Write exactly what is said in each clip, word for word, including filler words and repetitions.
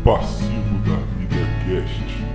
Passivo da Vida Cast.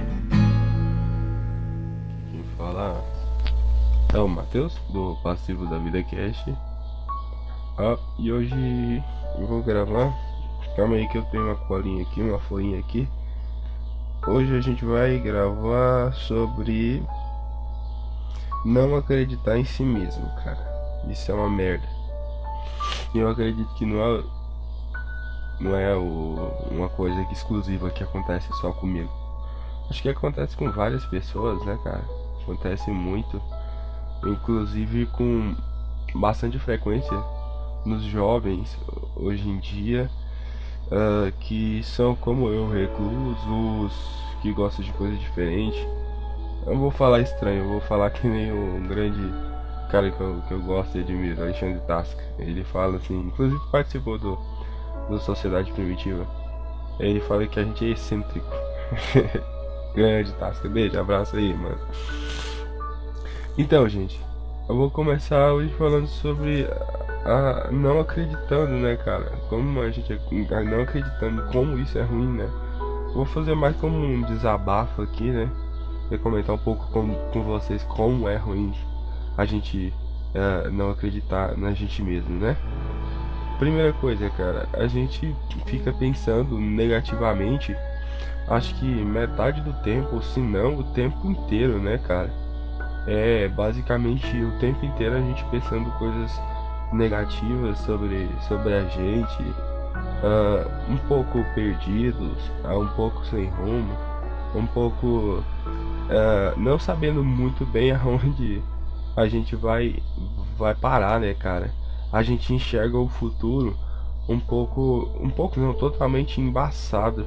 Quem fala é o Matheus, do Passivo da Vida Cast. Ah, e hoje eu vou gravar. Calma aí que eu tenho uma colinha aqui, uma folhinha aqui. Hoje a gente vai gravar sobre não acreditar em si mesmo, cara. Isso é uma merda. Eu acredito que não é, não é o, uma coisa que exclusiva que acontece só comigo. Acho que acontece com várias pessoas, né, cara? Acontece muito, inclusive com bastante frequência nos jovens hoje em dia, uh, que são como eu, reclusos, que gostam de coisa diferente. Eu não vou falar estranho, eu vou falar que nem o grande cara que eu, que eu gosto e admiro, Alexandre Tasca. Ele fala assim, inclusive participou do, do Sociedade Primitiva. Ele fala que a gente é excêntrico. Grande Tasca, beijo, abraço aí, mano. Então, gente, eu vou começar hoje falando sobre a, não acreditando, né, cara? Como a gente é, não acreditando, como isso é ruim, né? Vou fazer mais como um desabafo aqui, né? Vou comentar um pouco com, com vocês como é ruim a gente uh, não acreditar na gente mesmo, né? Primeira coisa, cara, a gente fica pensando negativamente, acho que metade do tempo, se não o tempo inteiro, né, cara? É basicamente o tempo inteiro a gente pensando coisas negativas sobre, sobre a gente, uh, um pouco perdidos, uh, um pouco sem rumo, um pouco uh, não sabendo muito bem aonde a gente vai vai parar, né, cara? A gente enxerga o futuro um pouco, um pouco não, totalmente embaçado,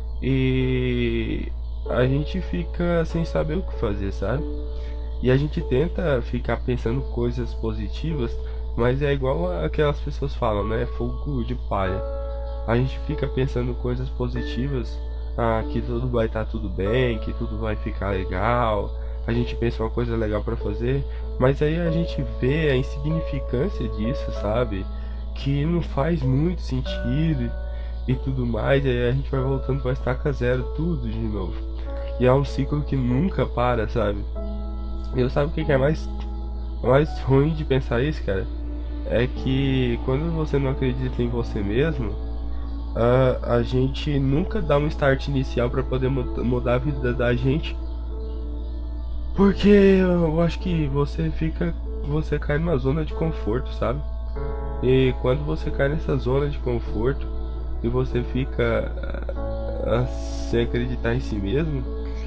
e a gente fica sem saber o que fazer, sabe? E a gente tenta ficar pensando coisas positivas, mas é igual aquelas pessoas falam, né? Fogo de palha. A gente fica pensando coisas positivas, ah, que tudo vai estar tudo bem, que tudo vai ficar legal. A gente pensa uma coisa legal pra fazer, mas aí a gente vê a insignificância disso, sabe? Que não faz muito sentido e tudo mais, e aí a gente vai voltando pra estaca zero tudo de novo. E é um ciclo que nunca para, sabe? E eu sabe o que é mais, mais ruim de pensar isso, cara? É que quando você não acredita em você mesmo, a, a gente nunca dá um start inicial pra poder mudar a vida da gente. Porque eu acho que você fica, você cai numa zona de conforto, sabe? E quando você cai nessa zona de conforto e você fica uh, sem acreditar em si mesmo,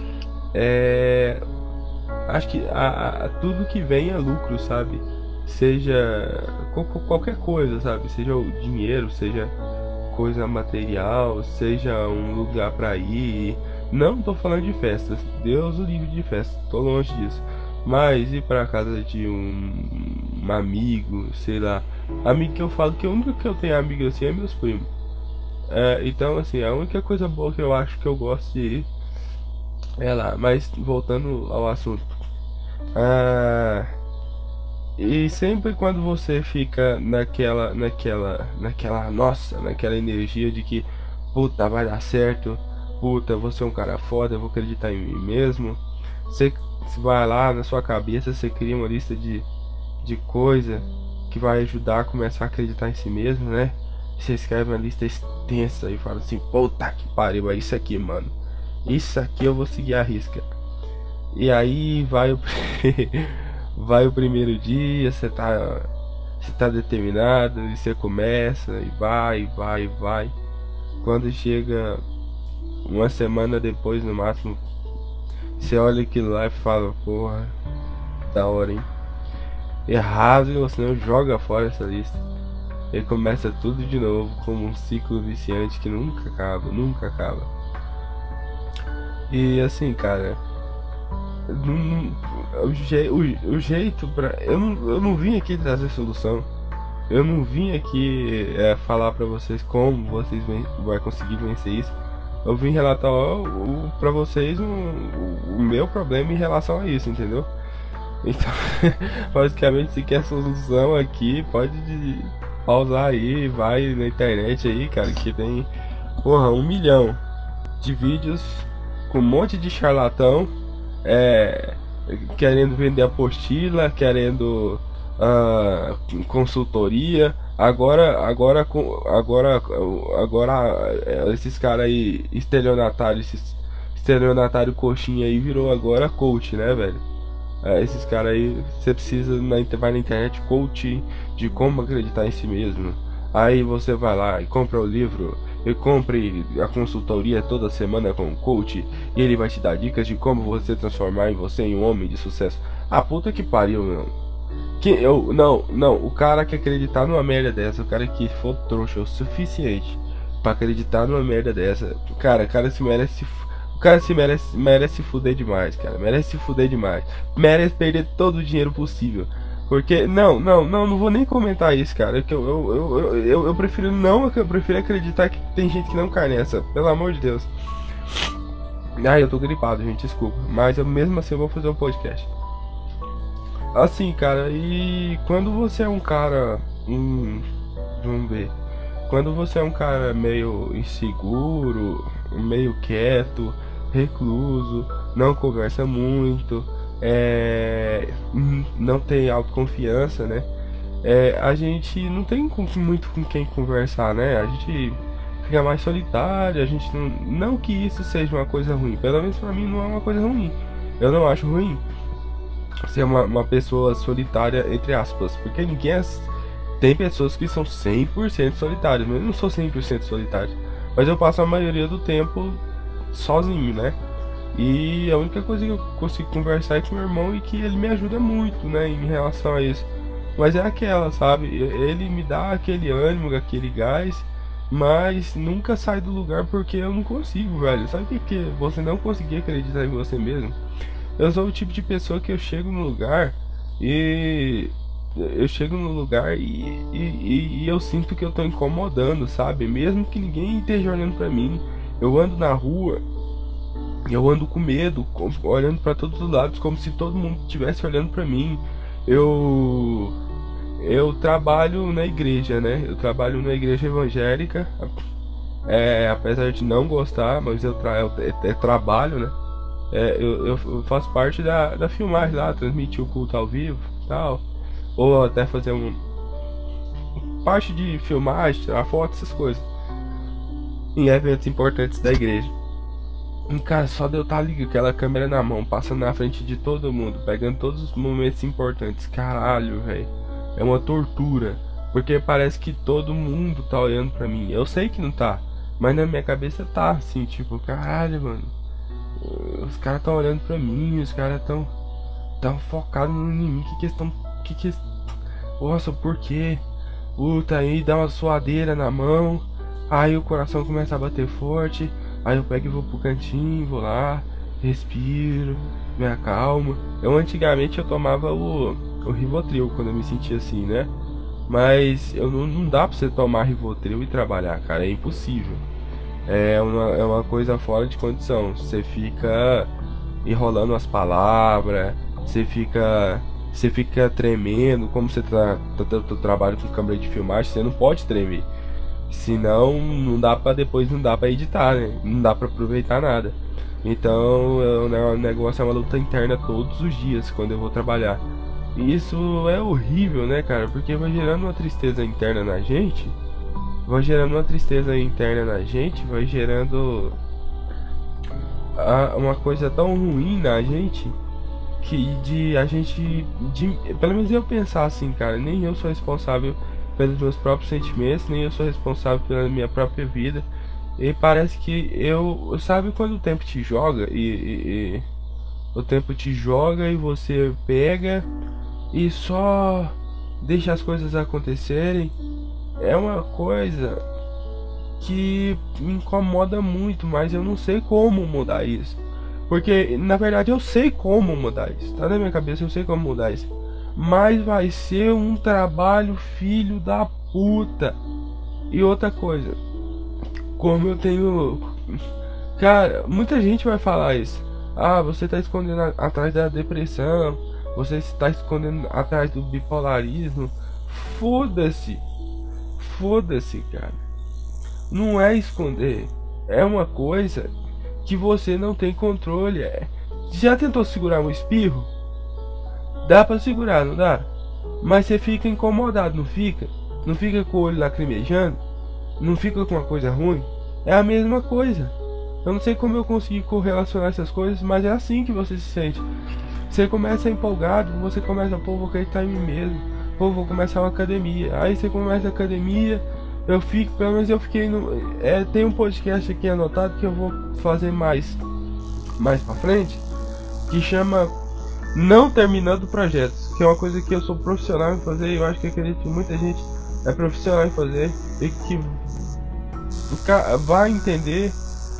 é, acho que a, a, tudo que vem é lucro, sabe? Seja qual, qualquer coisa, sabe? Seja o dinheiro, seja coisa material, seja um lugar pra ir. Não tô falando de festas, Deus o livre de festa, tô longe disso. Mas ir pra casa de um, um amigo, sei lá. Amigo que eu falo que o único que eu tenho amigo assim é meus primos. É, então assim, a única coisa boa que eu acho que eu gosto de ir é lá. Mas voltando ao assunto. Ah, e sempre quando você fica naquela, naquela, naquela, nossa, naquela energia de que puta, vai dar certo. Puta, você é um cara foda, eu vou acreditar em mim mesmo. Você vai lá na sua cabeça, você cria uma lista de, de coisa que vai ajudar a começar a acreditar em si mesmo, né? Você escreve uma lista extensa e fala assim, puta que pariu, é isso aqui, mano. Isso aqui eu vou seguir a risca. E aí vai o vai o primeiro dia, você tá, você tá determinado, e você começa, e vai, vai, vai. Quando chega uma semana depois, no máximo, você olha aquilo lá e fala, porra, da hora, hein? E rasga, você não joga fora essa lista. E começa tudo de novo, como um ciclo viciante que nunca acaba, nunca acaba. E assim, cara, não, o, je, o, o jeito pra... Eu não, eu não vim aqui trazer solução. Eu não vim aqui é, falar pra vocês como vocês vão conseguir vencer isso. Eu vim relatar ó, o, pra vocês um, o, o meu problema em relação a isso, entendeu? Então, basicamente, se quer solução aqui, pode pausar aí, vai na internet aí, cara, que tem, porra, um milhão. de vídeos com um monte de charlatão, é, querendo vender apostila, querendo uh, consultoria. Agora, agora, agora, agora, esses caras aí, estelionatário, esses estelionatário coxinha aí, virou agora coach, né, velho? É, esses caras aí, você precisa, na, vai na internet, coach de como acreditar em si mesmo. Aí você vai lá e compra o livro, e compre a consultoria toda semana com o coach, e ele vai te dar dicas de como você transformar em você em um homem de sucesso. Ah, puta que pariu, meu. Que eu, não, não, o cara que acreditar numa merda dessa, o cara que for trouxa o suficiente pra acreditar numa merda dessa, cara, o cara se merece, o cara se merece, merece se fuder demais, cara, merece se fuder demais, merece perder todo o dinheiro possível, porque, não, não, não, não vou nem comentar isso, cara, que eu, eu, eu, eu, eu prefiro não, eu prefiro acreditar que tem gente que não cai nessa, pelo amor de Deus. Ah, eu tô gripado, gente, desculpa, mas eu mesmo assim eu vou fazer um podcast. Assim, cara, e quando você é um cara, hum, vamos ver, quando você é um cara meio inseguro, meio quieto, recluso, não conversa muito, é, não tem autoconfiança, né? É, a gente não tem muito com quem conversar, né? A gente fica mais solitário, a gente não, não que isso seja uma coisa ruim, pelo menos pra mim não é uma coisa ruim, eu não acho ruim ser uma, uma pessoa solitária, entre aspas, porque ninguém é, tem pessoas que são cem por cento solitárias, mas eu não sou cem por cento solitário, mas eu passo a maioria do tempo sozinho, né? E a única coisa que eu consigo conversar é com meu irmão e que ele me ajuda muito, né, em relação a isso. Mas é aquela, sabe? Ele me dá aquele ânimo, aquele gás, mas nunca sai do lugar porque eu não consigo, velho. Sabe o que você não conseguir acreditar em você mesmo? Eu sou o tipo de pessoa que eu chego no lugar e eu chego no lugar e, e, e eu sinto que eu tô incomodando, sabe? Mesmo que ninguém esteja olhando pra mim, eu ando na rua, eu ando com medo, olhando pra todos os lados, como se todo mundo estivesse olhando pra mim. Eu eu trabalho na igreja, né? Eu trabalho na igreja evangélica, é, apesar de não gostar, mas eu, tra eu, eu, eu trabalho, né? É, eu, eu faço parte da, da filmagem lá, transmitir o culto ao vivo e tal, ou até fazer um parte de filmagem, tirar foto, essas coisas em eventos importantes da igreja. E cara, só de eu estar ali com aquela câmera na mão, passando na frente de todo mundo, pegando todos os momentos importantes, caralho, velho, é uma tortura, porque parece que todo mundo tá olhando pra mim. Eu sei que não tá, mas na minha cabeça tá assim, tipo, caralho, mano, os caras estão olhando pra mim, os caras estão tão focados em mim. Que questão. Que que. Nossa, por quê? Puta, aí dá uma suadeira na mão. Aí o coração começa a bater forte. Aí eu pego e vou pro cantinho, vou lá, respiro, me acalmo. Eu antigamente eu tomava o, o Rivotril quando eu me sentia assim, né? Mas eu não, não dá pra você tomar Rivotril e trabalhar, cara, é impossível. É uma, é uma coisa fora de condição. Você fica enrolando as palavras, você fica você fica tremendo. Como você tá, tá, tá, tá trabalho com câmera de filmagem, você não pode tremer, senão não dá pra depois, não dá pra editar, né? Não dá pra aproveitar nada. Então o negócio é uma luta interna todos os dias quando eu vou trabalhar. E isso é horrível, né, cara? Porque vai gerando uma tristeza interna na gente. Vai gerando uma tristeza interna na gente, vai gerando a, uma coisa tão ruim na gente, que de a gente, de, pelo menos eu pensar assim, cara, nem eu sou responsável pelos meus próprios sentimentos, nem eu sou responsável pela minha própria vida. E parece que eu, sabe quando o tempo te joga e, e, e o tempo te joga e você pega e só deixa as coisas acontecerem. É uma coisa que me incomoda muito, mas eu não sei como mudar isso. Porque na verdade eu sei como mudar isso, tá na minha cabeça, eu sei como mudar isso. Mas vai ser um trabalho filho da puta. E outra coisa, como eu tenho... Cara, muita gente vai falar isso. Ah, você tá escondendo a, atrás da depressão, você está escondendo atrás do bipolarismo. Foda-se. Foda-se, cara. Não é esconder. É uma coisa que você não tem controle. É. Já tentou segurar um espirro? Dá pra segurar, não dá? Mas você fica incomodado, não fica? Não fica com o olho lacrimejando? Não fica com uma coisa ruim? É a mesma coisa. Eu não sei como eu consegui correlacionar essas coisas, mas é assim que você se sente. Você começa empolgado, você começa, pô, vou acreditar em mim mesmo. Pô, vou começar uma academia. Aí você começa a academia, eu fico, pelo menos eu fiquei no... É, tem um podcast aqui anotado que eu vou fazer mais, mais pra frente, que chama Não Terminando Projetos, que é uma coisa que eu sou profissional em fazer, e eu acho que acredito que muita gente é profissional em fazer, e que vai entender.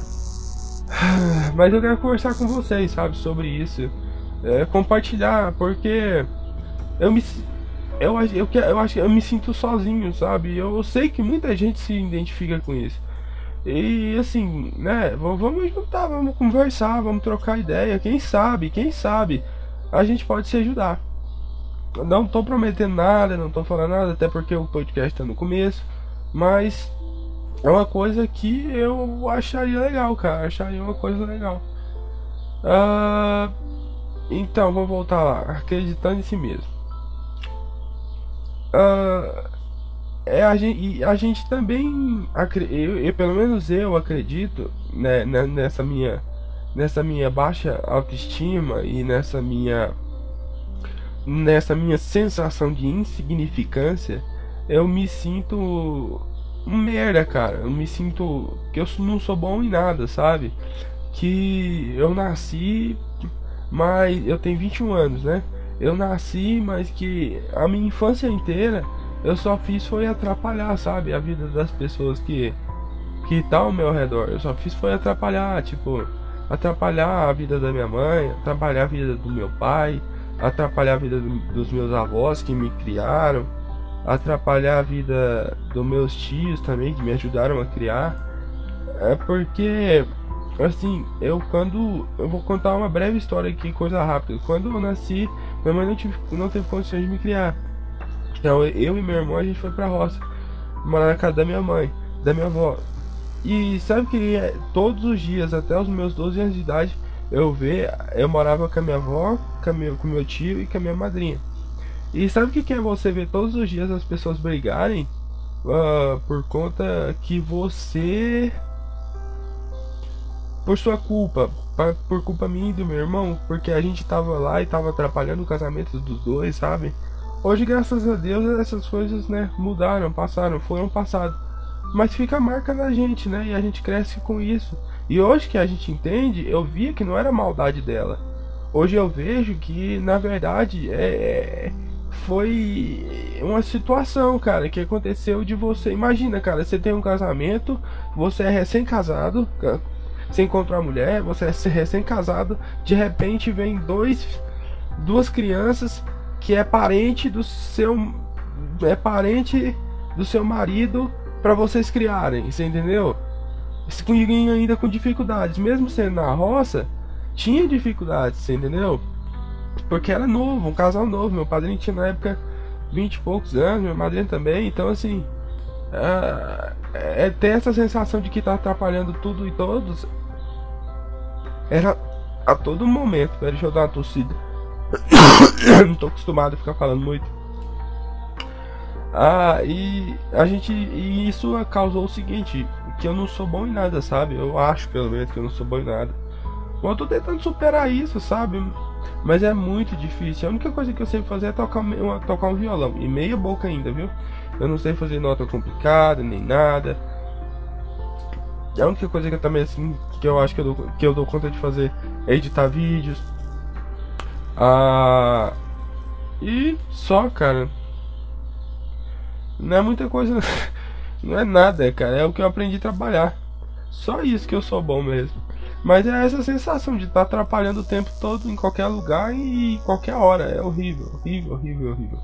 Mas eu quero conversar com vocês, sabe, sobre isso, é, compartilhar, porque eu me eu, eu, eu, eu acho que eu me sinto sozinho, sabe? Eu sei que muita gente se identifica com isso. E assim, né, vamos juntar, vamos conversar, vamos trocar ideia. Quem sabe, quem sabe a gente pode se ajudar. Não tô prometendo nada, não tô falando nada, até porque o podcast tá no começo, mas é uma coisa que eu acharia legal, cara. Acharia uma coisa legal. Uh, então, vamos voltar lá. Acreditando em si mesmo. Uh, é, a, gente, a gente também, eu, eu, pelo menos eu acredito, né, nessa minha, nessa minha baixa autoestima e nessa minha, nessa minha sensação de insignificância, eu me sinto um merda, cara. Eu me sinto que eu não sou bom em nada, sabe? Que eu nasci, mas eu tenho vinte e um anos, né? Eu nasci, mas que a minha infância inteira eu só fiz foi atrapalhar, sabe? A vida das pessoas que que tá ao meu redor. Eu só fiz foi atrapalhar, tipo, atrapalhar a vida da minha mãe, atrapalhar a vida do meu pai, atrapalhar a vida do, dos meus avós que me criaram, atrapalhar a vida dos meus tios também, que me ajudaram a criar. É porque, assim, eu quando... Eu vou contar uma breve história aqui, coisa rápida. Quando eu nasci, minha mãe não, tive, não teve condições de me criar. Então eu e meu irmão, a gente foi pra roça, morar na casa da minha mãe, da minha avó. E sabe que é, todos os dias, até os meus doze anos de idade, eu ver, eu morava com a minha avó, com, a minha, com meu tio e com a minha madrinha. E sabe o que, que é você ver todos os dias as pessoas brigarem uh, por conta que você, por sua culpa, pra, por culpa minha e do meu irmão, porque a gente tava lá e tava atrapalhando o casamento dos dois, sabe? Hoje, graças a Deus, essas coisas, né, mudaram, passaram, foram passadas. Mas fica a marca na gente, né? E a gente cresce com isso. E hoje que a gente entende, eu via que não era maldade dela. Hoje eu vejo que, na verdade, é... foi uma situação, cara, que aconteceu de você. Imagina, cara, você tem um casamento, você é recém-casado, você encontrou a mulher, você é recém-casado, de repente vem dois, duas crianças que é parente do seu, é parente do seu marido para vocês criarem, você entendeu? Ainda com dificuldades, mesmo sendo na roça, tinha dificuldades, você entendeu? Porque era novo, um casal novo. Meu padrinho tinha na época vinte e poucos anos, minha madrinha também. Então assim, é, é ter essa sensação de que tá atrapalhando tudo e todos. Era a todo momento. Pera, deixa eu dar uma tossida. Não tô acostumado a ficar falando muito. Ah, e a gente, e isso causou o seguinte, que eu não sou bom em nada, sabe? Eu acho pelo menos que eu não sou bom em nada. Bom, eu tô tentando superar isso, sabe? Mas é muito difícil. A única coisa que eu sei fazer é tocar, uma, tocar um violão. E meia boca ainda, viu? Eu não sei fazer nota complicada, nem nada. A única coisa que eu também, assim, que eu acho que eu dou, que eu dou conta de fazer é editar vídeos. Ah, e só, cara. Não é muita coisa. Não é nada, cara. É o que eu aprendi a trabalhar. Só isso que eu sou bom mesmo. Mas é essa sensação de estar tá atrapalhando o tempo todo em qualquer lugar e qualquer hora. É horrível, horrível, horrível, horrível.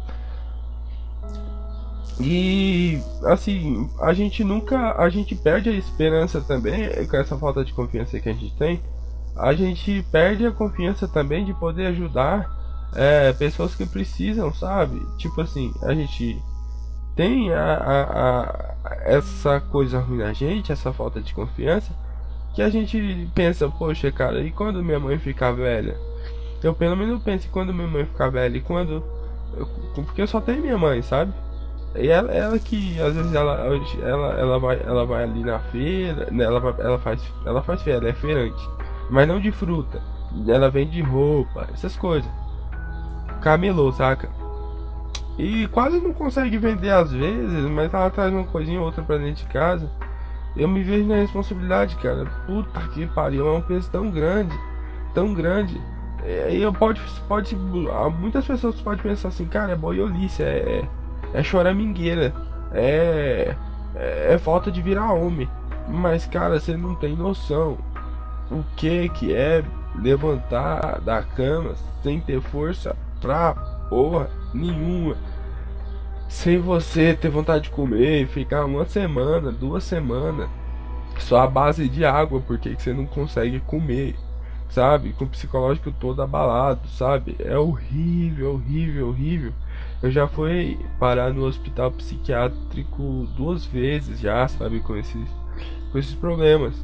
E assim, a gente nunca, a gente perde a esperança também com essa falta de confiança que a gente tem. A gente perde a confiança também de poder ajudar é, pessoas que precisam, sabe? Tipo assim, a gente tem a, a, a, essa coisa ruim na gente, essa falta de confiança. que a gente pensa, poxa, cara, e quando minha mãe ficar velha? Eu pelo menos penso em quando minha mãe ficar velha e quando... Eu, porque eu só tenho minha mãe, sabe? E ela, ela que às vezes ela, ela, ela, vai, ela vai ali na feira, né, ela, vai, ela, faz, ela faz feira, ela é feirante, mas não de fruta. Ela vende roupa, essas coisas. Camelô, saca? E quase não consegue vender às vezes, mas ela traz uma coisinha ou outra pra dentro de casa. Eu me vejo na responsabilidade, cara. Puta que pariu, é um peso tão grande, tão grande. E eu pode, pode, muitas pessoas podem pensar assim, cara, é boiolice, é, é choramingueira, é, é, é falta de virar homem. Mas, cara, você não tem noção o que que é levantar da cama sem ter força pra porra nenhuma, sem você ter vontade de comer e ficar uma semana, duas semanas só à base de água, porque você não consegue comer, sabe? Com o psicológico todo abalado, sabe? É horrível, horrível, horrível. Eu já fui parar no hospital psiquiátrico duas vezes já, sabe? Com esses, com esses problemas.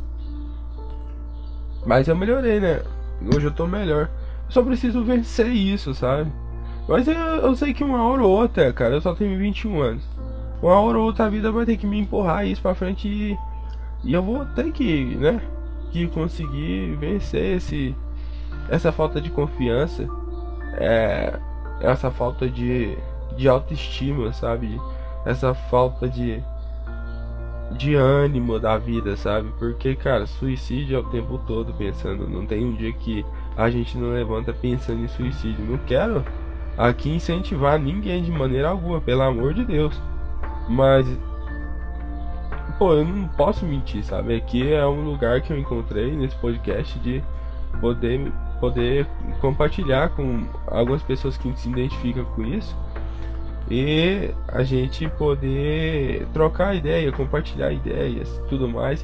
Mas eu melhorei, né? Hoje eu tô melhor. Eu só preciso vencer isso, sabe? Mas eu, eu sei que uma hora ou outra, cara, eu só tenho vinte e um anos. Uma hora ou outra a vida vai ter que me empurrar isso pra frente e, e eu vou ter que, né? Que conseguir vencer esse, essa falta de confiança, é, essa falta de, de autoestima, sabe? Essa falta de, de ânimo da vida, sabe? Porque, cara, suicídio é o tempo todo pensando. Não tem um dia que a gente não levanta pensando em suicídio. Não quero aqui incentivar ninguém de maneira alguma, pelo amor de Deus. Mas, pô, eu não posso mentir, sabe? Aqui é um lugar que eu encontrei nesse podcast de poder, poder compartilhar com algumas pessoas que se identificam com isso. E a gente poder trocar ideia, compartilhar ideias, tudo mais.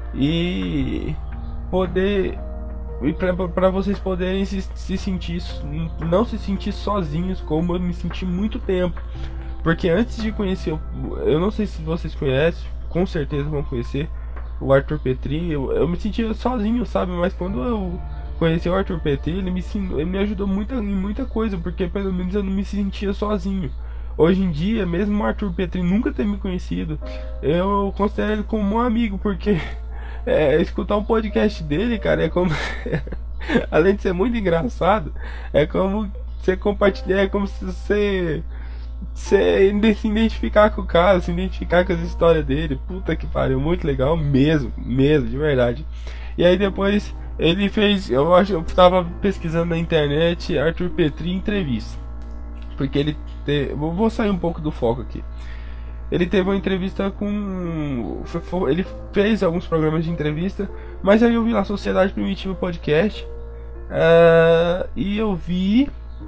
E poder... E para vocês poderem se, se sentir, não se sentir sozinhos, como eu me senti muito tempo. Porque antes de conhecer, eu, eu não sei se vocês conhecem, com certeza vão conhecer o Arthur Petri. Eu, eu me sentia sozinho, sabe? Mas quando eu conheci o Arthur Petri, ele me, ele me ajudou muito, em muita coisa, porque pelo menos eu não me sentia sozinho. Hoje em dia, mesmo o Arthur Petri nunca ter me conhecido, eu considero ele como um amigo, porque é, escutar um podcast dele, cara, é como... além de ser muito engraçado, é como você compartilhar, é como se você... Você se identificar com o cara, se identificar com as histórias dele. Puta que pariu, muito legal mesmo, mesmo, de verdade. E aí depois ele fez, eu acho, eu tava pesquisando na internet Arthur Petri entrevista, porque ele te, vou sair um pouco do foco aqui. Ele teve uma entrevista com, ele fez alguns programas de entrevista, mas aí eu vi lá Sociedade Primitiva Podcast, uh, e eu vi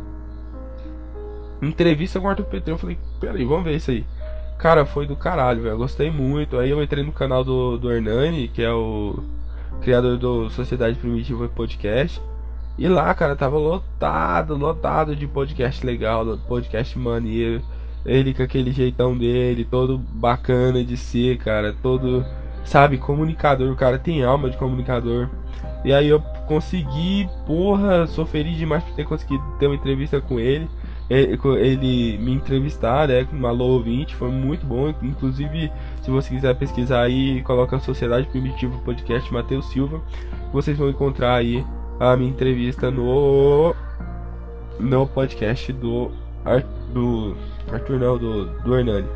entrevista com o Arthur Petri. Eu falei, peraí, vamos ver isso aí. Cara, foi do caralho, velho. Gostei muito. Aí eu entrei no canal do, do Hernani, que é o criador do Sociedade Primitiva Podcast. E lá, cara, tava lotado, lotado de podcast legal, podcast maneiro. Ele com aquele jeitão dele, todo bacana de ser, cara. Todo, sabe, comunicador. O cara tem alma de comunicador. E aí eu consegui, porra, sou feliz demais por ter conseguido ter uma entrevista com ele. Ele me entrevistar, né, com uma Alô ouvinte, foi muito bom. Inclusive, se você quiser pesquisar aí, coloca a Sociedade Primitiva Podcast Matheus Silva, vocês vão encontrar aí a minha entrevista no no podcast do Arthur, do Arthur não, do, do Hernani.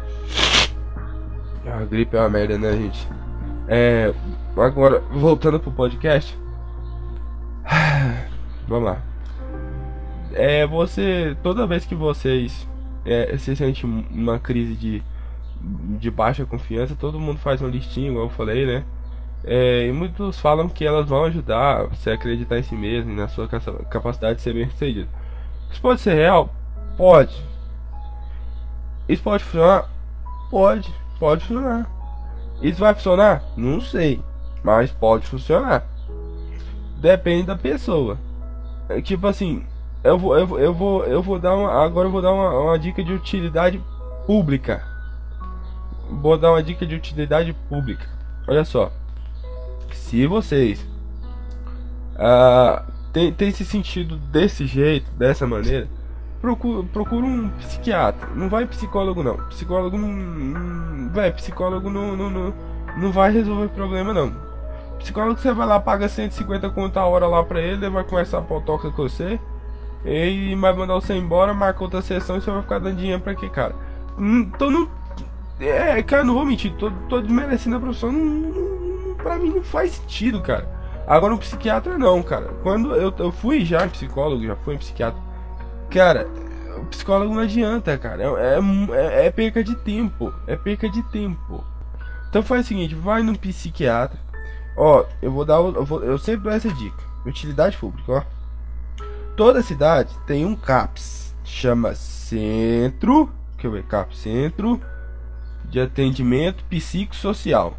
A gripe é uma merda, né, gente? É, agora, voltando pro podcast, vamos lá. É, você, toda vez que vocês é, se sentem uma crise de, de baixa confiança, todo mundo faz uma listinha, igual eu falei, né? É, e muitos falam que elas vão ajudar você a acreditar em si mesmo e na sua capacidade de ser bem sucedido. Isso pode ser real? Pode. Isso pode funcionar? Pode, pode funcionar. Isso vai funcionar? Não sei, mas pode funcionar. Depende da pessoa. É, tipo assim, Eu vou, eu, vou, eu vou, eu vou dar uma, agora eu vou dar uma, uma dica de utilidade pública. Vou dar uma dica de utilidade pública. Olha só, se vocês ah, tem, tem se sentido desse jeito, dessa maneira, procura, procura um psiquiatra. Não vai psicólogo não. Psicólogo não, não vai, psicólogo não, não, não, não vai resolver problema não. Psicólogo você vai lá, paga cento e cinquenta conto a hora lá pra ele, ele vai começar a potoca com você e vai mandar você embora, marca outra sessão e você vai ficar dando dinheiro pra quê, cara? Então não. É, cara, não vou mentir, tô, tô desmerecendo a profissão. Não, não, pra mim não faz sentido, cara. Agora um psiquiatra não, cara. Quando eu, eu fui já em psicólogo, já fui em psiquiatra. Cara, o psicólogo não adianta, cara. É, é, é perca de tempo. É perca de tempo. Então faz o seguinte, vai no psiquiatra. Ó, eu vou dar. Eu, vou, eu sempre dou essa dica. Utilidade pública, ó. Toda cidade tem um CAPS. Chama Centro. Que eu ver, CAPS, Centro de Atendimento Psicossocial.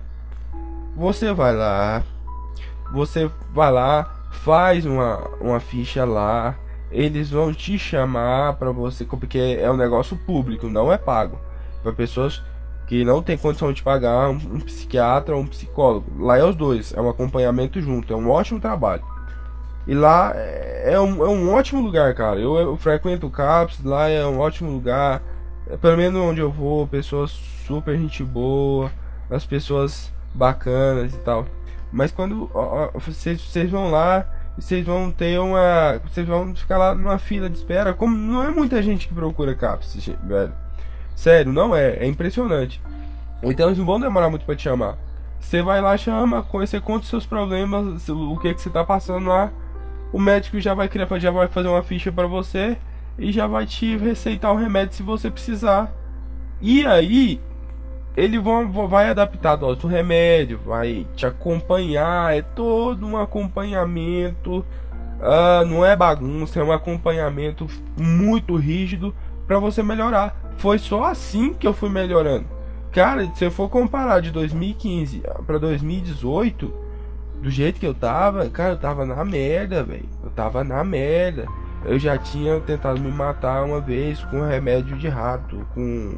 Você vai lá. Você vai lá, faz uma, uma ficha lá. Eles vão te chamar pra você, porque é um negócio público, não é pago. Para pessoas que não tem condição de pagar um, um psiquiatra ou um psicólogo. Lá é os dois, é um acompanhamento junto, é um ótimo trabalho. E lá é um, é um ótimo lugar, cara. Eu, eu frequento o CAPS, lá é um ótimo lugar. Pelo menos onde eu vou, pessoas super gente boa, as pessoas bacanas e tal. Mas quando ó, ó, vocês, vocês vão lá, vocês vão ter uma. Vocês vão ficar lá numa fila de espera. Como não é muita gente que procura CAPS, velho. Sério, não é. É impressionante. Então eles não vão demorar muito pra te chamar. Você vai lá, chama, você conta os seus problemas, o que que você tá passando lá. O médico já vai criar, já vai fazer uma ficha pra você e já vai te receitar o remédio se você precisar. E aí ele vão, vai adaptar a dose do remédio, vai te acompanhar, é todo um acompanhamento, ah, não é bagunça, é um acompanhamento muito rígido para você melhorar. Foi só assim que eu fui melhorando. Cara, se eu for comparar de dois mil e quinze para dois mil e dezoito, do jeito que eu tava, cara, eu tava na merda, velho. Eu tava na merda. Eu já tinha tentado me matar uma vez com remédio de rato, com...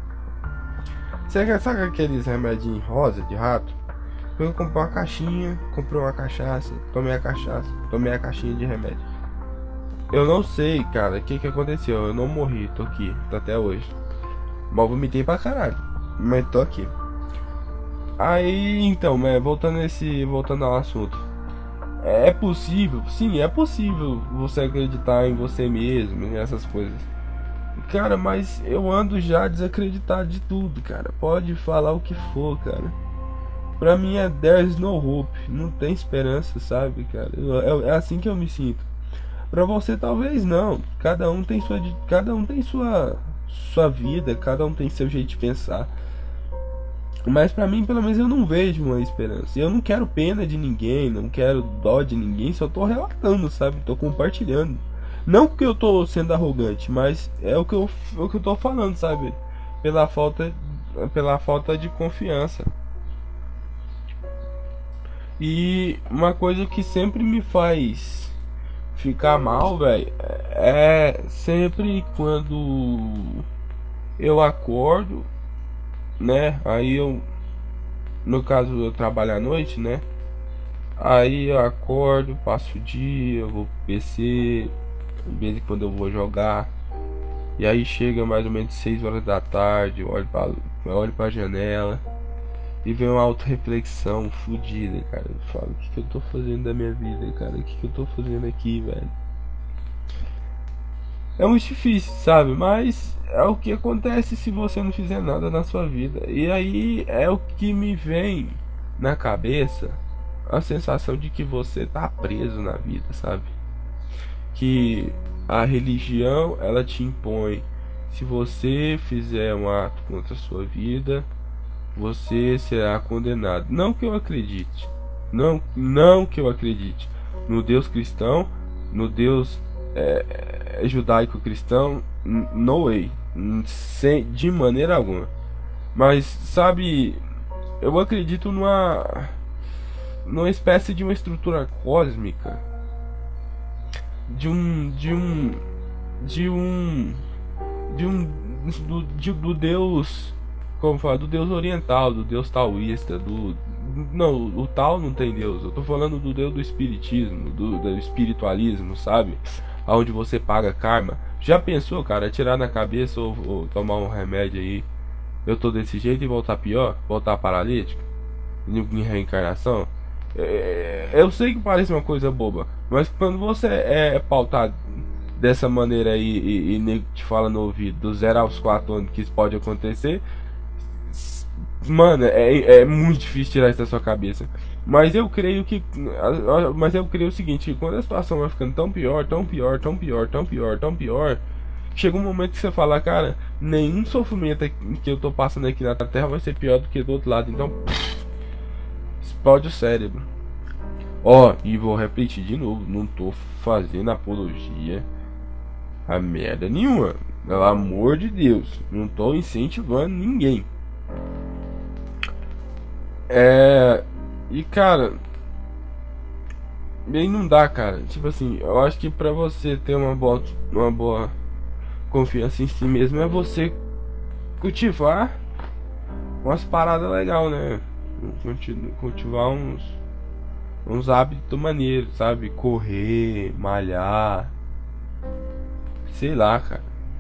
Você sabe aqueles remedinhos rosa de rato? Eu comprei uma caixinha, comprei uma cachaça, tomei a cachaça, tomei a caixinha de remédio. Eu não sei, cara, o que que aconteceu. Eu não morri, tô aqui, tô até hoje. Mas vomitei pra caralho, mas tô aqui. Aí, então, né, voltando esse, voltando ao assunto. É possível, sim, é possível você acreditar em você mesmo, nessas coisas. Cara, mas eu ando já desacreditado de tudo, cara. Pode falar o que for, cara. Pra mim é there's no hope. Não tem esperança, sabe, cara? Eu, é, é assim que eu me sinto. Pra você talvez não. Cada um tem sua, cada um tem sua, sua vida. Cada um tem seu jeito de pensar. Mas pra mim, pelo menos, eu não vejo uma esperança. Eu não quero pena de ninguém, não quero dó de ninguém. Só tô relatando, sabe? Tô compartilhando. Não porque eu tô sendo arrogante, mas é o que eu, o que eu tô falando, sabe? Pela falta, pela falta de confiança. E uma coisa que sempre me faz ficar mal, velho, é sempre quando eu acordo, né? Aí eu, no caso eu trabalho à noite, né? Aí eu acordo, passo o dia, eu vou pro P C. De vez em quando eu vou jogar. E aí chega mais ou menos seis horas da tarde. Eu olho pra, eu olho pra janela e vem uma auto-reflexão fodida, cara. Eu falo, o que, que eu tô fazendo da minha vida, cara? O que, que eu tô fazendo aqui, velho? É muito difícil, sabe? Mas é o que acontece se você não fizer nada na sua vida. E aí é o que me vem na cabeça, a sensação de que você tá preso na vida, sabe? Que a religião, ela te impõe, se você fizer um ato contra a sua vida, você será condenado. Não que eu acredite, não, não que eu acredite no Deus cristão, no Deus é, é, judaico-cristão, no way, sem, de maneira alguma. Mas sabe, eu acredito numa, numa espécie de uma estrutura cósmica, de um de um de um de um do, de, do Deus como fala, do Deus oriental, do Deus taoísta, do... Não, o tal não tem Deus. Eu tô falando do Deus do espiritismo, do, do espiritualismo, sabe? Onde você paga karma. Já pensou, cara, tirar na cabeça ou, ou tomar um remédio aí? Eu tô desse jeito e voltar pior? Voltar paralítico? Em reencarnação? É, eu sei que parece uma coisa boba, mas quando você é pautado dessa maneira aí e, e nego te fala no ouvido do zero aos quatro anos que isso pode acontecer, mano, é, é muito difícil tirar isso da sua cabeça. Mas eu creio que. Mas eu creio o seguinte: que quando a situação vai ficando tão pior, tão pior, tão pior, tão pior, tão pior, chega um momento que você fala, cara, nenhum sofrimento que eu tô passando aqui na Terra vai ser pior do que do outro lado. Então, explode o cérebro. Ó, oh, e vou repetir de novo: não tô fazendo apologia a merda nenhuma. Pelo amor de Deus, não tô incentivando ninguém. É. E cara, bem, não dá, cara. Tipo assim, eu acho que pra você ter uma boa, uma boa confiança em si mesmo é você cultivar umas paradas legais, né? Cultivar uns uns hábitos maneiros, sabe? Correr, malhar, sei lá, cara.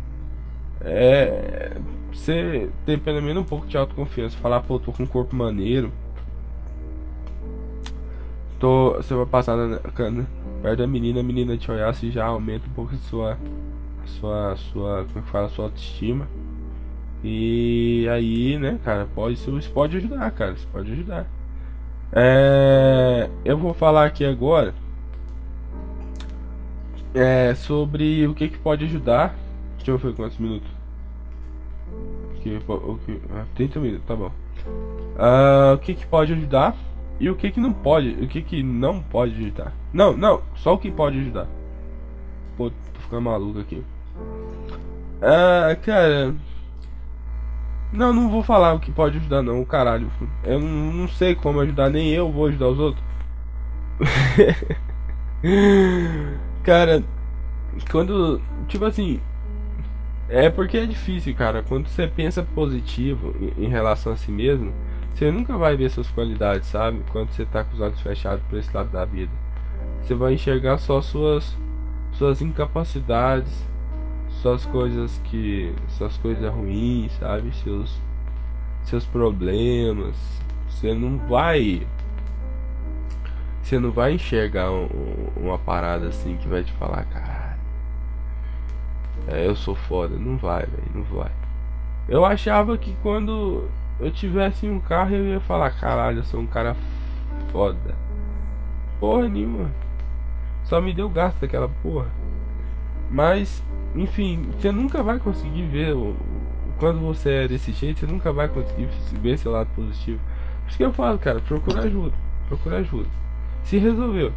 É, você ter pelo menos um pouco de autoconfiança, falar, pô, tô com um corpo maneiro. Tô, você vai passar na, na, perto da menina, a menina te olhar, se já aumenta um pouco a sua, a sua, sua, como é que fala, a sua autoestima. E aí, né, cara, pode, isso pode ajudar, cara, isso pode ajudar. É, eu vou falar aqui agora é, sobre o que que pode ajudar. Deixa eu ver quantos minutos. Que, o que, ah, trinta minutos, tá bom. Ah, o que que pode ajudar e o que que não pode, o que que não pode ajudar. Não, não, só o que pode ajudar. Pô, tô ficando maluco aqui. Ah, cara, não, não vou falar o que pode ajudar não, caralho. Eu não, não sei como ajudar, nem eu vou ajudar os outros. Cara, quando, tipo assim, é porque é difícil, cara. Quando você pensa positivo em, em relação a si mesmo, você nunca vai ver suas qualidades, sabe? Quando você tá com os olhos fechados pra esse lado da vida, você vai enxergar só suas suas incapacidades, suas coisas que suas coisas ruins, sabe? Seus seus problemas. Você não vai você não vai enxergar um, uma parada assim que vai te falar, caralho, é, eu sou foda. Não vai, velho, não vai. Eu achava que quando eu tivesse um carro eu ia falar, caralho, eu sou um cara foda. Porra nenhuma. Só me deu gasto daquela porra. Mas, enfim, você nunca vai conseguir ver o, quando você é desse jeito, você nunca vai conseguir ver seu lado positivo. Por isso que eu falo, cara, procura ajuda. Procura ajuda. Se resolveu.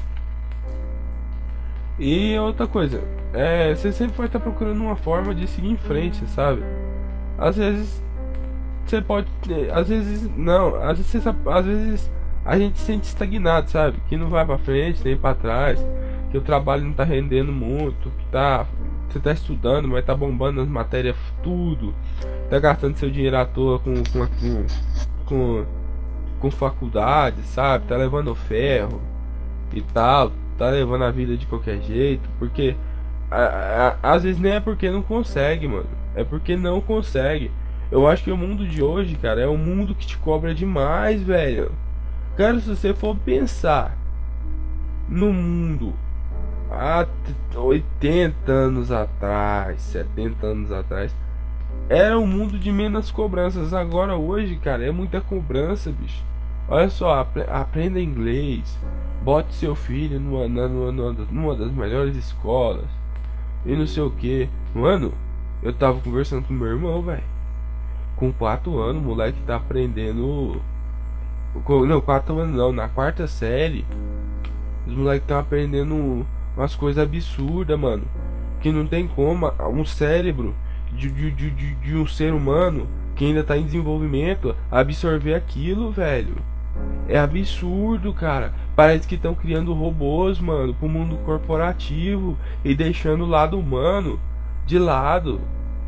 E outra coisa, é, você sempre vai estar procurando uma forma de seguir em frente, sabe? Às vezes você pode, às vezes não, às vezes, às vezes a gente se sente estagnado, sabe? Que não vai pra frente nem pra trás, que o trabalho não tá rendendo muito, que tá, você tá estudando, mas tá bombando as matérias tudo, tá gastando seu dinheiro à toa com com, com, com, com faculdade, sabe? Tá levando ferro e tal, tá levando a vida de qualquer jeito, porque a, a, às vezes nem é porque não consegue, mano, é porque não consegue. Eu acho que o mundo de hoje, cara, é um mundo que te cobra demais, velho. Cara, se você for pensar no mundo há oitenta anos atrás, setenta anos atrás, era um mundo de menos cobranças. Agora, hoje, cara, é muita cobrança, bicho. Olha só, ap aprenda inglês, bote seu filho numa, numa, numa, numa das melhores escolas e não sei o que. Mano, eu tava conversando com meu irmão, velho. Com quatro anos, o moleque tá aprendendo. Não, quatro anos não, na quarta série. Os moleques estão aprendendo umas coisas absurdas, mano. Que não tem como. Um cérebro de, de, de, de, de um ser humano que ainda tá em desenvolvimento absorver aquilo, velho. É absurdo, cara. Parece que estão criando robôs, mano, pro mundo corporativo e deixando o lado humano de lado.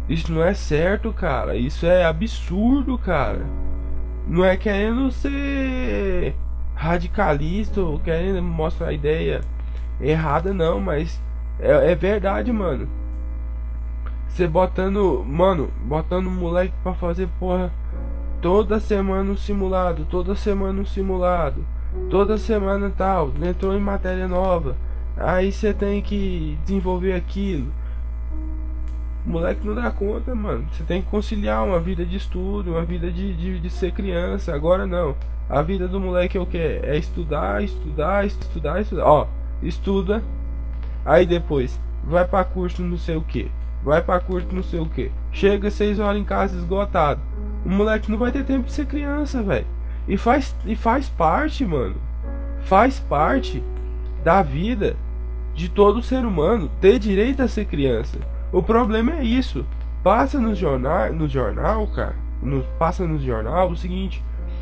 Isso não é certo, cara. Isso é absurdo, cara. Não é querendo ser radicalista ou querendo mostrar a ideia errada, não, mas é, é verdade, mano. Você botando, mano, botando moleque pra fazer porra toda semana um simulado, toda semana um simulado, toda semana tal, entrou em matéria nova. Aí você tem que desenvolver aquilo. O moleque não dá conta, mano. Você tem que conciliar uma vida de estudo, uma vida de, de, de ser criança. Agora não. A vida do moleque é o que? É estudar, estudar, estudar, estudar. Ó, estuda. Aí depois vai pra curso não sei o que. Vai pra curso não sei o que. Chega seis horas em casa esgotado. O moleque não vai ter tempo de ser criança, velho. E faz, e faz parte, mano. Faz parte da vida de todo ser humano ter direito a ser criança. O problema é isso. Passa no jornal, no jornal, cara. No, passa no jornal o seguinte: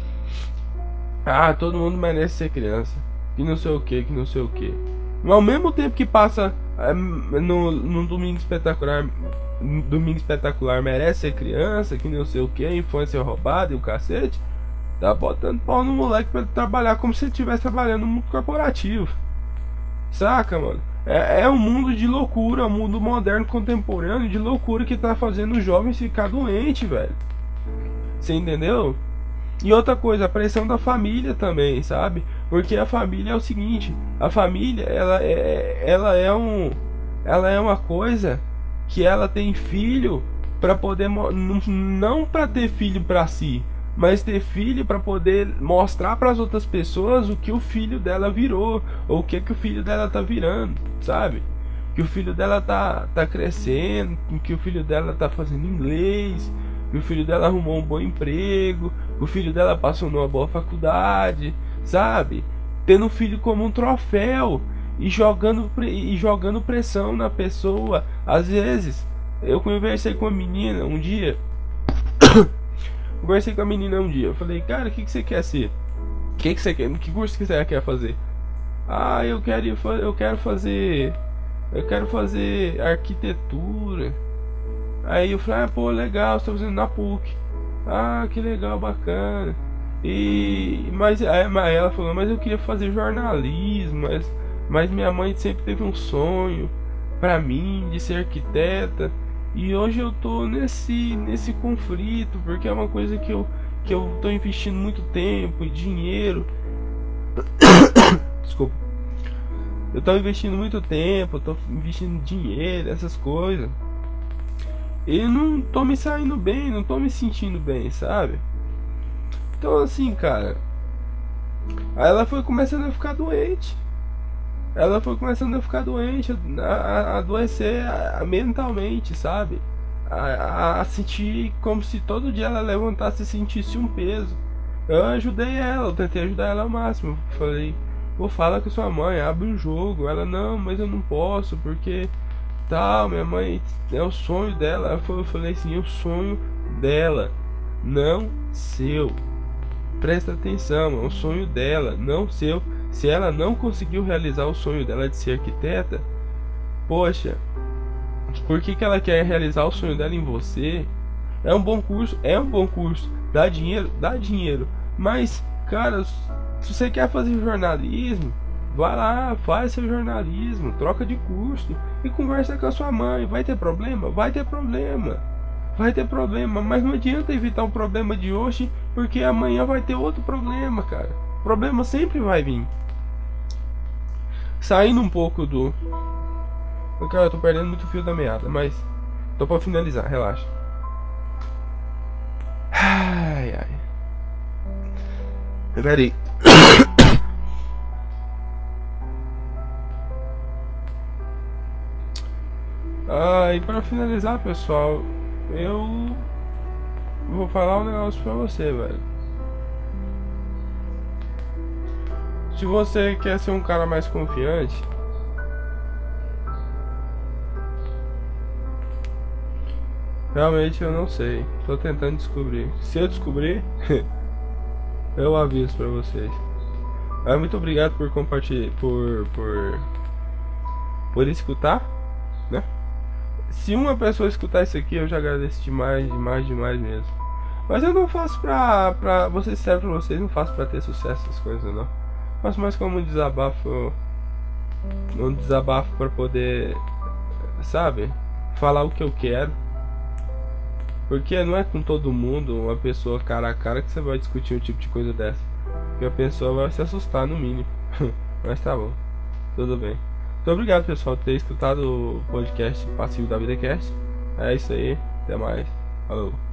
ah, todo mundo merece ser criança. Que não sei o que, que não sei o que. Mas ao mesmo tempo que passa é, no, no domingo espetacular, domingo espetacular merece ser criança, que não sei o que, infância roubada e o cacete, tá botando pau no moleque pra ele trabalhar como se ele estivesse trabalhando no mundo corporativo. Saca, mano? É, é um mundo de loucura, um mundo moderno, contemporâneo, de loucura que tá fazendo os jovens ficar doentes, velho. Você entendeu? E outra coisa, a pressão da família também, sabe? Porque a família é o seguinte, a família, ela é, ela é um, ela é uma coisa que ela tem filho para poder, não para ter filho para si, mas ter filho para poder mostrar para as outras pessoas o que o filho dela virou, ou o que que o filho dela tá virando, sabe? Que o filho dela tá tá crescendo, que o filho dela tá fazendo inglês, que o filho dela arrumou um bom emprego, que o filho dela passou numa boa faculdade, sabe? Tendo o filho como um troféu e jogando e jogando pressão na pessoa. Às vezes, eu conversei com uma menina um dia. Conversei com a menina um dia. Eu falei, cara, o que, que você quer ser? O que, que você quer? Que curso que você quer fazer? Ah, eu quero, eu quero fazer. Eu quero fazer arquitetura. Aí eu falei, ah, pô, legal, você tá fazendo na P U C. Ah, que legal, bacana. E. Mas aí ela falou, mas eu queria fazer jornalismo. Mas, mas minha mãe sempre teve um sonho pra mim de ser arquiteta. E hoje eu tô nesse, nesse conflito, porque é uma coisa que eu, que eu tô investindo muito tempo e dinheiro. Desculpa. Eu tô investindo muito tempo, eu tô investindo dinheiro, essas coisas. E não tô me saindo bem, não tô me sentindo bem, sabe? Então assim, cara. Aí ela foi começando a ficar doente. Ela foi começando a ficar doente, a, a adoecer a, a, mentalmente, sabe? A, a, a sentir como se todo dia ela levantasse e sentisse um peso. Eu ajudei ela, eu tentei ajudar ela ao máximo. Falei, pô, fala com sua mãe, abre o jogo. Ela, não, mas eu não posso, porque tal, minha mãe, é o sonho dela. Eu falei assim, é o sonho dela, não seu. Presta atenção, é o sonho dela, não seu. Se ela não conseguiu realizar o sonho dela de ser arquiteta, poxa, por que que ela quer realizar o sonho dela em você? É um bom curso, é um bom curso, dá dinheiro, dá dinheiro. Mas, cara, se você quer fazer jornalismo, vai lá, faz seu jornalismo, troca de curso e conversa com a sua mãe. Vai ter problema? Vai ter problema. Vai ter problema, mas não adianta evitar um problema de hoje, porque amanhã vai ter outro problema, cara. O problema sempre vai vir. Saindo um pouco do... Cara, eu tô perdendo muito fio da meada, mas tô pra finalizar, relaxa. Ai, ai. Peraí. Ah, e pra finalizar, pessoal, eu vou falar um negócio pra você, velho. Se você quer ser um cara mais confiante, realmente eu não sei. Tô tentando descobrir. Se eu descobrir, eu aviso pra vocês. Mas muito obrigado por compartilhar, por por por escutar, né? Se uma pessoa escutar isso aqui, eu já agradeço demais, demais, demais mesmo. Mas eu não faço pra, pra vocês, serve pra vocês, não faço pra ter sucesso, essas coisas não. Faço mais como um desabafo, um desabafo pra poder, sabe, falar o que eu quero. Porque não é com todo mundo, uma pessoa cara a cara, que você vai discutir um tipo de coisa dessa. Porque a pessoa vai se assustar no mínimo. Mas tá bom, tudo bem. Muito obrigado, pessoal, por ter escutado o podcast Passivo da Vida Cast. É isso aí, até mais, falou.